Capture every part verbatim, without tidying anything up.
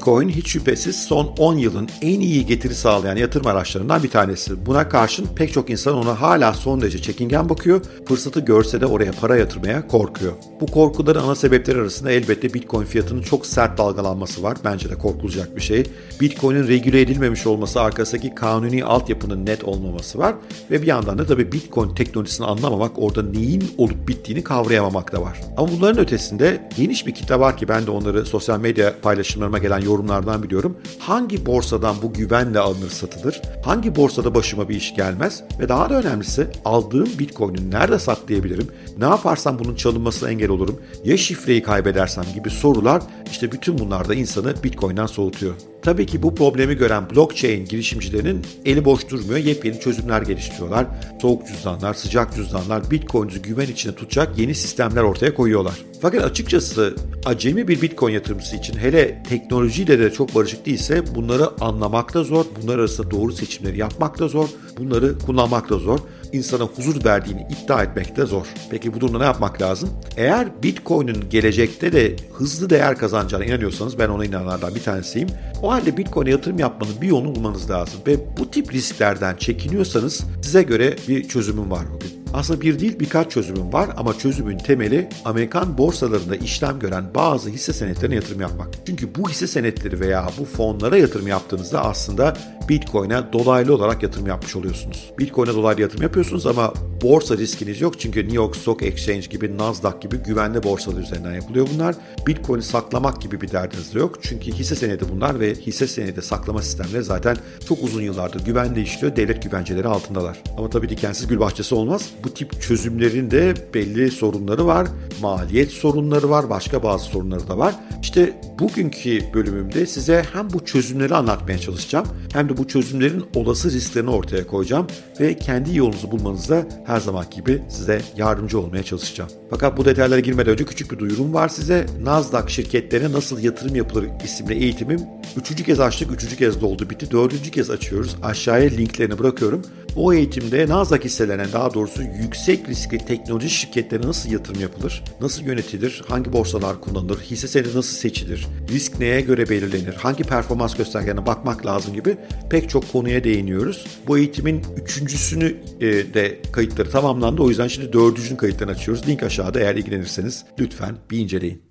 Bitcoin hiç şüphesiz son on yılın en iyi getiri sağlayan yatırım araçlarından bir tanesi. Buna karşın pek çok insan ona hala son derece çekingen bakıyor, fırsatı görse de oraya para yatırmaya korkuyor. Bu korkuların ana sebepleri arasında elbette Bitcoin fiyatının çok sert dalgalanması var. Bence de korkulacak bir şey. Bitcoin'in regüle edilmemiş olması, arkasındaki kanuni altyapının net olmaması var. Ve bir yandan da tabii Bitcoin teknolojisini anlamamak, orada neyin olup bittiğini kavrayamamak da var. Ama bunların ötesinde geniş bir kitle var ki ben de onları sosyal medya paylaşımlarıma gelen yorumlardan biliyorum. Hangi borsadan bu güvenle alınır satılır? Hangi borsada başıma bir iş gelmez? Ve daha da önemlisi aldığım Bitcoin'i nerede saklayabilirim? Ne yaparsam bunun çalınmasına engel olurum? Ya şifreyi kaybedersem gibi sorular, işte bütün bunlar da insanı Bitcoin'den soğutuyor. Tabii ki bu problemi gören blockchain girişimcilerinin eli boş durmuyor. Yepyeni çözümler geliştiriyorlar. Soğuk cüzdanlar, sıcak cüzdanlar, Bitcoin'ci güven içine tutacak yeni sistemler ortaya koyuyorlar. Fakat açıkçası acemi bir Bitcoin yatırımcısı için, hele teknolojiyle de çok barışık değilse, bunları anlamak da zor, bunlar arasında doğru seçimleri yapmak da zor, bunları kullanmak da zor. İnsana huzur verdiğini iddia etmek de zor. Peki bu durumda ne yapmak lazım? Eğer Bitcoin'in gelecekte de hızlı değer kazanacağına inanıyorsanız, ben ona inananlardan bir tanesiyim. O halde Bitcoin'e yatırım yapmanın bir yolunu bulmanız lazım. Ve bu tip risklerden çekiniyorsanız size göre bir çözümüm var bugün. Aslında bir değil birkaç çözümüm var ama çözümün temeli Amerikan borsalarında işlem gören bazı hisse senetlerine yatırım yapmak. Çünkü bu hisse senetleri veya bu fonlara yatırım yaptığınızda aslında Bitcoin'e dolaylı olarak yatırım yapmış oluyorsunuz. Bitcoin'e dolaylı yatırım yapıyorsunuz ama borsa riskiniz yok. Çünkü New York Stock Exchange gibi, Nasdaq gibi güvenli borsalar üzerinden yapılıyor bunlar. Bitcoin'i saklamak gibi bir derdiniz de yok. Çünkü hisse senedi bunlar ve hisse senedi saklama sistemleri zaten çok uzun yıllardır güvenli işliyor. Devlet güvenceleri altındalar. Ama tabii dikensiz gül bahçesi olmaz. Bu tip çözümlerin de belli sorunları var. Maliyet sorunları var. Başka bazı sorunları da var. İşte bugünkü bölümümde size hem bu çözümleri anlatmaya çalışacağım hem de bu çözümlerin olası risklerini ortaya koyacağım ve kendi yolunuzu bulmanızda her zaman gibi size yardımcı olmaya çalışacağım. Fakat bu detaylara girmeden önce küçük bir duyurum var size. Nasdaq şirketlerine nasıl yatırım yapılır isimli eğitimim üçüncü kez açtık, üçüncü kez doldu bitti. Dördüncü kez açıyoruz. Aşağıya linklerini bırakıyorum. O eğitimde Nasdaq hisselerine, daha doğrusu yüksek riskli teknoloji şirketlerine nasıl yatırım yapılır, nasıl yönetilir, hangi borsalar kullanılır, hisse senedi nasıl seçilir, risk neye göre belirlenir, hangi performans göstergelerine bakmak lazım gibi pek çok konuya değiniyoruz. Bu eğitimin üçüncüsünü e, de kayıtları tamamlandı. O yüzden şimdi dördüncünün kayıtlarını açıyoruz. Link aşağıda, eğer ilgilenirseniz lütfen bir inceleyin.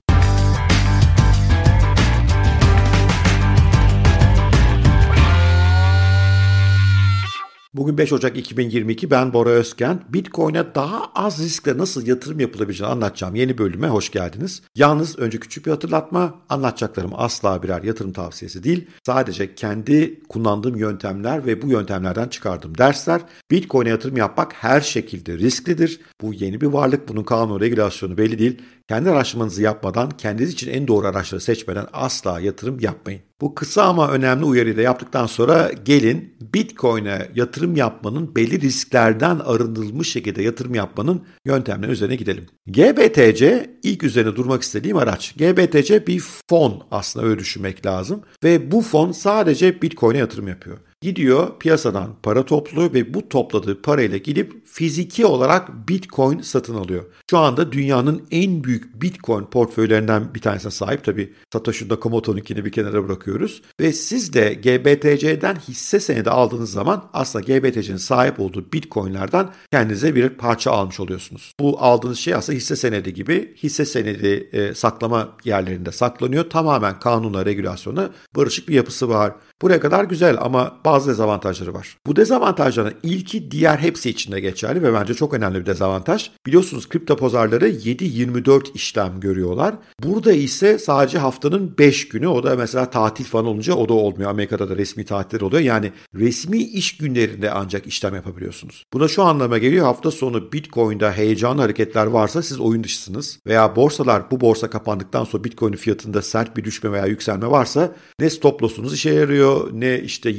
Bugün beş Ocak iki bin yirmi iki, ben Bora Özkent. Bitcoin'e daha az riskle nasıl yatırım yapılabileceğini anlatacağım yeni bölüme hoş geldiniz. Yalnız önce küçük bir hatırlatma, anlatacaklarım asla birer yatırım tavsiyesi değil. Sadece kendi kullandığım yöntemler ve bu yöntemlerden çıkardığım dersler. Bitcoin'e yatırım yapmak her şekilde risklidir. Bu yeni bir varlık, bunun kanun regülasyonu belli değil. Kendi araştırmanızı yapmadan, kendiniz için en doğru araçları seçmeden asla yatırım yapmayın. Bu kısa ama önemli uyarıyı da yaptıktan sonra gelin Bitcoin'e yatırım yapmanın, belli risklerden arındırılmış şekilde yatırım yapmanın yöntemleri üzerine gidelim. G B T C ilk üzerine durmak istediğim araç. G B T C bir fon, aslında öyle düşünmek lazım ve bu fon sadece Bitcoin'e yatırım yapıyor. Gidiyor piyasadan para topluyor ve bu topladığı parayla gidip fiziki olarak Bitcoin satın alıyor. Şu anda dünyanın en büyük Bitcoin portföylerinden bir tanesine sahip. Tabii Satoshi Nakamoto'nunkini bir kenara bırakıyoruz. Ve siz de G B T C'den hisse senedi aldığınız zaman aslında G B T C'nin sahip olduğu Bitcoin'lerden kendinize bir parça almış oluyorsunuz. Bu aldığınız şey aslında hisse senedi gibi, hisse senedi e, saklama yerlerinde saklanıyor. Tamamen kanunla, regülasyona barışık bir yapısı var. Buraya kadar güzel ama bazı dezavantajları var. Bu dezavantajların ilki diğer hepsi için de geçerli ve bence çok önemli bir dezavantaj. Biliyorsunuz kripto pazarları yedi yirmi dört işlem görüyorlar. Burada ise sadece haftanın beş günü, o da mesela tatil falan olunca o da olmuyor. Amerika'da da resmi tatiller oluyor. Yani resmi iş günlerinde ancak işlem yapabiliyorsunuz. Bu da şu anlama geliyor: hafta sonu Bitcoin'de heyecanlı hareketler varsa siz oyun dışısınız. Veya borsalar, bu borsa kapandıktan sonra Bitcoin'in fiyatında sert bir düşme veya yükselme varsa ne stop loss'unuz işe yarıyor, ne işte yeni alımlar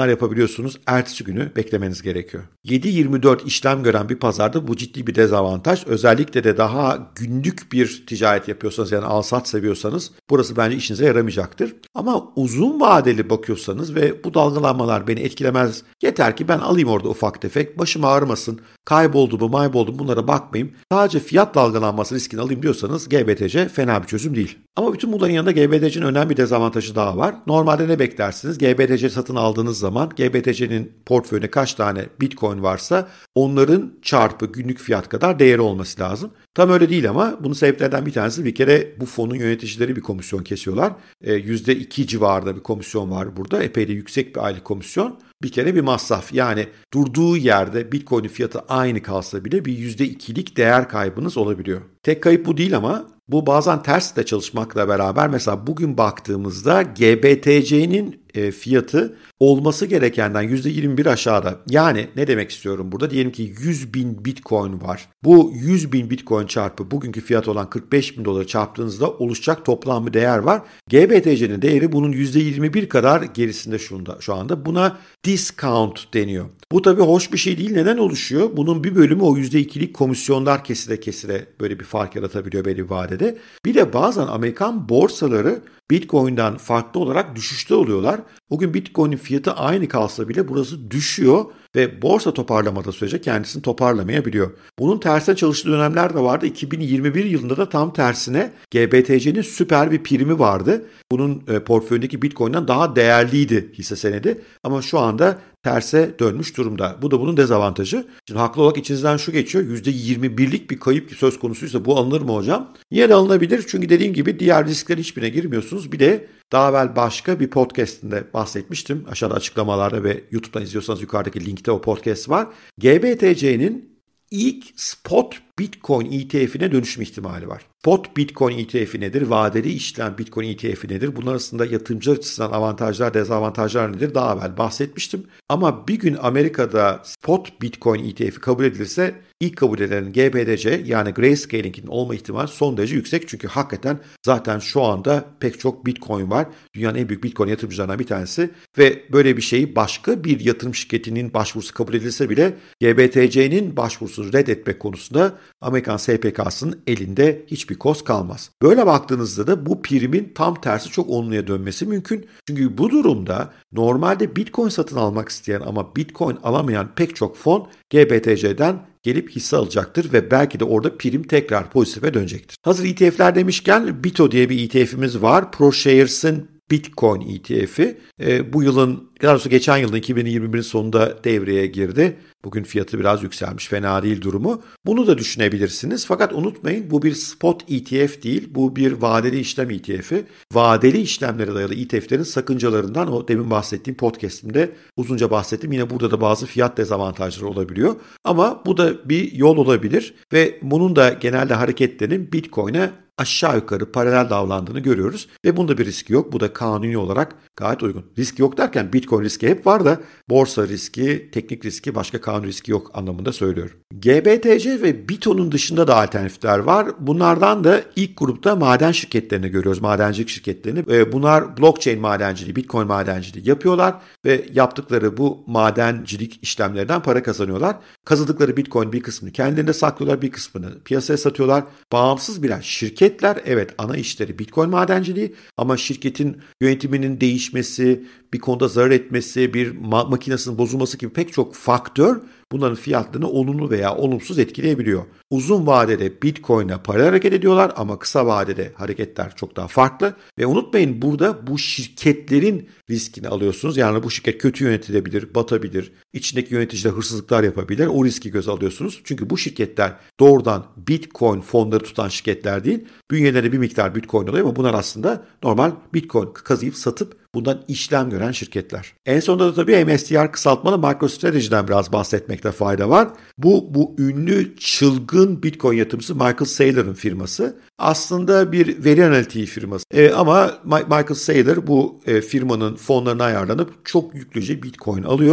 işlemler yapabiliyorsunuz. Ertesi günü beklemeniz gerekiyor. yedi yirmi dört işlem gören bir pazarda bu ciddi bir dezavantaj. Özellikle de daha günlük bir ticaret yapıyorsanız, yani al-sat seviyorsanız burası bence işinize yaramayacaktır. Ama uzun vadeli bakıyorsanız ve bu dalgalanmalar beni etkilemez, yeter ki ben alayım orada ufak tefek, başım ağrımasın, kayboldu mu mayboldu mu bunlara bakmayayım, sadece fiyat dalgalanması riskini alayım diyorsanız G B T C fena bir çözüm değil. Ama bütün bunların yanında G B T C'nin önemli bir dezavantajı daha var. Normalde ne beklersiniz? G B T C satın aldığınız zaman G B T C'nin portföyünde kaç tane Bitcoin varsa onların çarpı günlük fiyat kadar değeri olması lazım. Tam öyle değil ama bunun sebeplerden bir tanesi, bir kere bu fonun yöneticileri bir komisyon kesiyorlar. E, yüzde iki civarında bir komisyon var burada. Epey de yüksek bir aylık komisyon. Bir kere bir masraf. Yani durduğu yerde Bitcoin'in fiyatı aynı kalsa bile bir yüzde ikilik değer kaybınız olabiliyor. Tek kayıp bu değil ama bu bazen ters de çalışmakla beraber mesela bugün baktığımızda G B T C'nin e, fiyatı olması gerekenden yüzde yirmi bir aşağıda. Yani ne demek istiyorum burada? Diyelim ki yüz bin Bitcoin var. Bu yüz bin Bitcoin çarpı bugünkü fiyat olan kırk beş bin doları çarptığınızda oluşacak toplam bir değer var. G B T C'nin değeri bunun yüzde yirmi bir kadar gerisinde şunda, şu anda. Buna discount deniyor. Bu tabii hoş bir şey değil. Neden oluşuyor? Bunun bir bölümü o yüzde ikilik komisyonlar kesile kesile böyle bir fark yaratabiliyor belli bir vadede. Bir de bazen Amerikan borsaları Bitcoin'den farklı olarak düşüşte oluyorlar. Bugün Bitcoin'in fiyatı aynı kalsa bile burası düşüyor ve borsa toparlamadığı sürece kendisini toparlamayabiliyor. Bunun tersine çalıştığı dönemler de vardı. iki bin yirmi bir yılında da tam tersine G B T C'nin süper bir primi vardı. Bunun e, portföyündeki Bitcoin'den daha değerliydi hisse senedi ama şu anda terse dönmüş durumda. Bu da bunun dezavantajı. Şimdi haklı olarak içinizden şu geçiyor. yüzde yirmi birlik bir kayıp söz konusuysa bu alınır mı hocam? Yine de alınabilir. Çünkü dediğim gibi diğer risklerin hiçbirine girmiyorsunuz. Bir de daha evvel başka bir podcast'inde bahsetmiştim. Aşağıda açıklamalarda ve YouTube'dan izliyorsanız yukarıdaki linkte o podcast var. G B T C'nin ilk spot Bitcoin E T F'ine dönüşüm ihtimali var. Spot Bitcoin E T F'i nedir? Vadeli işlem Bitcoin E T F'i nedir? Bunlar arasında yatırımcı açısından avantajlar, dezavantajlar nedir? Daha evvel bahsetmiştim. Ama bir gün Amerika'da spot Bitcoin E T F'i kabul edilirse ilk kabul edilen G B T C yani Grayscale'in olma ihtimali son derece yüksek. Çünkü hakikaten zaten şu anda pek çok Bitcoin var. Dünyanın en büyük Bitcoin yatırımcılarından bir tanesi ve böyle bir şeyi başka bir yatırım şirketinin başvurusu kabul edilse bile G B T C'nin başvurusunu reddetmek konusunda Amerikan S P K'sının elinde hiçbir koz kalmaz. Böyle baktığınızda da bu primin tam tersi çok olumluya dönmesi mümkün. Çünkü bu durumda normalde Bitcoin satın almak isteyen ama Bitcoin alamayan pek çok fon G B T C'den gelip hisse alacaktır ve belki de orada prim tekrar pozitife dönecektir. Hazır E T F'ler demişken BITO diye bir E T F'imiz var. ProShares'ın Bitcoin E T F'i. E, bu yılın, daha doğrusu geçen yılın iki bin yirmi birin sonunda devreye girdi. Bugün fiyatı biraz yükselmiş, fena değil durumu. Bunu da düşünebilirsiniz. Fakat unutmayın bu bir spot E T F değil, bu bir vadeli işlem E T F'i. Vadeli işlemlere dayalı E T F'lerin sakıncalarından o demin bahsettiğim podcast'imde uzunca bahsettim. Yine burada da bazı fiyat dezavantajları olabiliyor. Ama bu da bir yol olabilir ve bunun da genelde hareketlerinin Bitcoin'e aşağı yukarı paralel davlandığını görüyoruz ve bunda bir riski yok. Bu da kanuni olarak gayet uygun. Risk yok derken Bitcoin riski hep var da borsa riski, teknik riski, başka kanun riski yok anlamında söylüyorum. G B T C ve BITO'nun dışında da alternatifler var. Bunlardan da ilk grupta maden şirketlerini görüyoruz, madencilik şirketlerini. Bunlar blockchain madenciliği, Bitcoin madenciliği yapıyorlar ve yaptıkları bu madencilik işlemlerinden para kazanıyorlar. Kazandıkları Bitcoin bir kısmını kendilerinde saklıyorlar, bir kısmını piyasaya satıyorlar. Bağımsız birer şirket. Şirketler evet ana işleri Bitcoin madenciliği ama şirketin yönetiminin değişmesi, bir konuda zarar etmesi, bir ma- makinesinin bozulması gibi pek çok faktör bunların fiyatlarını olumlu veya olumsuz etkileyebiliyor. Uzun vadede Bitcoin'e para hareket ediyorlar ama kısa vadede hareketler çok daha farklı. Ve unutmayın burada bu şirketlerin riskini alıyorsunuz. Yani bu şirket kötü yönetilebilir, batabilir, içindeki yöneticiler hırsızlıklar yapabilir. O riski göze alıyorsunuz. Çünkü bu şirketler doğrudan Bitcoin fonları tutan şirketler değil. Bünyelerinde bir miktar Bitcoin oluyor ama bunlar aslında normal Bitcoin kazıyıp satıp bundan işlem gören şirketler. En sonunda da tabii M S T R kısaltmalı MicroStrategy'den biraz bahsetmekte fayda var. Bu bu ünlü çılgın Bitcoin yatırımcısı Michael Saylor'ın firması. Aslında bir veri analitiği firması. E, ama Michael Saylor bu e, firmanın fonlarına ayarlanıp çok yüklüce Bitcoin alıyor.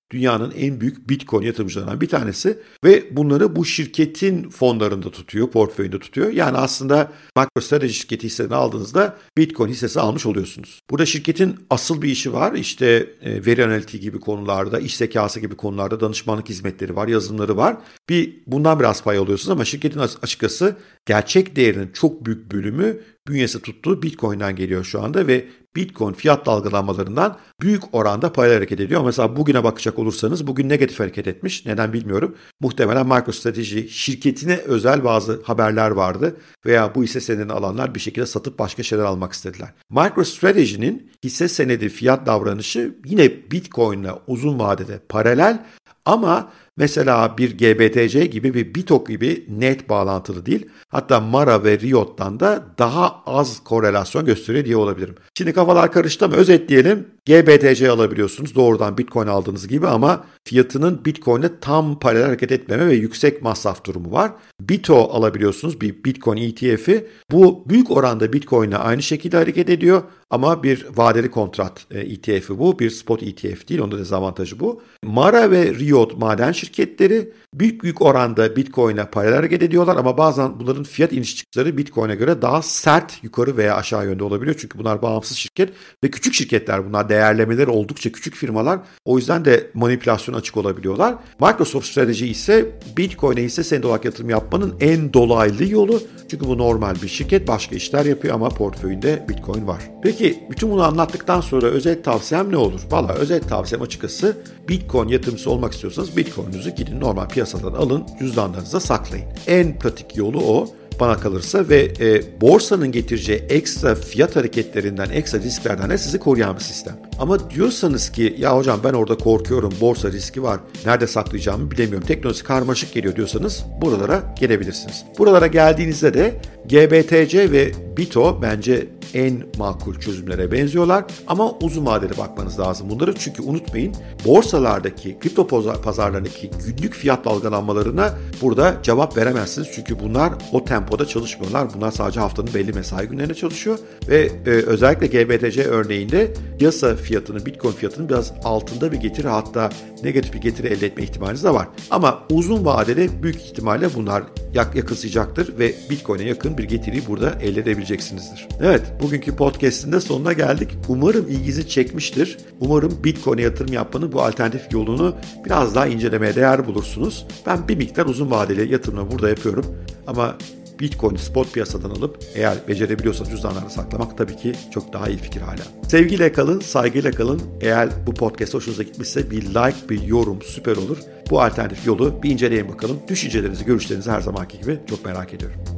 dünyanın en büyük Bitcoin yatırımcılarından bir tanesi ve bunları bu şirketin fonlarında tutuyor, portföyünde tutuyor. Yani aslında MicroStrategy şirketi hisselerini aldığınızda Bitcoin hissesi almış oluyorsunuz. Burada şirketin asıl bir işi var. İşte e, veri analitiği gibi konularda, iş zekası gibi konularda danışmanlık hizmetleri var, yazılımları var. Bir bundan biraz pay alıyorsunuz ama şirketin açıkçası gerçek değerinin çok büyük bölümü bünyesi tuttuğu Bitcoin'den geliyor şu anda ve Bitcoin fiyat dalgalanmalarından büyük oranda payla hareket ediyor. Mesela bugüne bakacak olursanız bugün negatif hareket etmiş. Neden bilmiyorum. Muhtemelen MicroStrategy şirketine özel bazı haberler vardı veya bu hisse senedini alanlar bir şekilde satıp başka şeyler almak istediler. MicroStrategy'nin hisse senedi fiyat davranışı yine Bitcoin'le uzun vadede paralel ama mesela bir G B T C gibi bir Bitok gibi net bağlantılı değil. Hatta Mara ve Riot'tan da daha az korelasyon gösteriyor diye olabilirim. Şimdi kafalar karıştı ama özetleyelim. G B T C alabiliyorsunuz doğrudan Bitcoin aldığınız gibi ama fiyatının Bitcoin'le tam paralel hareket etmeme ve yüksek masraf durumu var. Bito alabiliyorsunuz bir Bitcoin E T F'i. Bu büyük oranda Bitcoin'le aynı şekilde hareket ediyor ama bir vadeli kontrat E T F'i bu. Bir spot E T F değil. Onun da dezavantajı bu. Mara ve Riot maden şirketleri büyük büyük oranda Bitcoin'e paralel hareket ediyorlar ama bazen bunların fiyat iniş çıkışları Bitcoin'e göre daha sert yukarı veya aşağı yönde olabiliyor. Çünkü bunlar bağımsız şirket ve küçük şirketler bunlar. Değerlemeleri oldukça küçük firmalar. O yüzden de manipülasyon açık olabiliyorlar. Microsoft Strategy ise Bitcoin'e hisse senedi olarak yatırım yapmanın en dolaylı yolu. Çünkü bu normal bir şirket. Başka işler yapıyor ama portföyünde Bitcoin var. Peki bütün bunu anlattıktan sonra özet tavsiyem ne olur? Valla özet tavsiyem açıkçası Bitcoin yatırımcısı olmak istiyorsanız Bitcoin'inizi gidin normal piyasadan alın, cüzdanlarınıza saklayın. En pratik yolu o. Bana kalırsa ve e, borsanın getireceği ekstra fiyat hareketlerinden, ekstra risklerden de sizi koruyan bir sistem. Ama diyorsanız ki ya hocam ben orada korkuyorum, borsa riski var, nerede saklayacağımı bilemiyorum, teknolojisi karmaşık geliyor diyorsanız buralara gelebilirsiniz. Buralara geldiğinizde de G B T C ve Bito bence en makul çözümlere benziyorlar ama uzun vadeli bakmanız lazım bunları çünkü unutmayın borsalardaki, kripto pazarlarındaki günlük fiyat dalgalanmalarına burada cevap veremezsiniz çünkü bunlar o tempoda çalışmıyorlar. Bunlar sadece haftanın belli mesai günlerine çalışıyor ve e, özellikle G B T C örneğinde piyasa fiyatının, Bitcoin fiyatının biraz altında bir getiri hatta negatif bir getiri elde etme ihtimaliniz de var. Ama uzun vadede büyük ihtimalle bunlar yak yakınsayacaktır ve Bitcoin'e yakın bir getiriyi burada elde edebileceksinizdir. Evet, bugünkü podcast'in de sonuna geldik. Umarım ilginizi çekmiştir. Umarım Bitcoin'e yatırım yapmanın bu alternatif yolunu biraz daha incelemeye değer bulursunuz. Ben bir miktar uzun vadeli yatırımı burada yapıyorum. Ama Bitcoin'i spot piyasadan alıp eğer becerebiliyorsanız cüzdanlarda saklamak tabii ki çok daha iyi fikir hala. Sevgiyle kalın, saygıyla kalın. Eğer bu podcast hoşunuza gitmişse bir like, bir yorum süper olur. Bu alternatif yolu bir inceleyin bakalım. Düşüncelerinizi, görüşlerinizi her zamanki gibi çok merak ediyorum.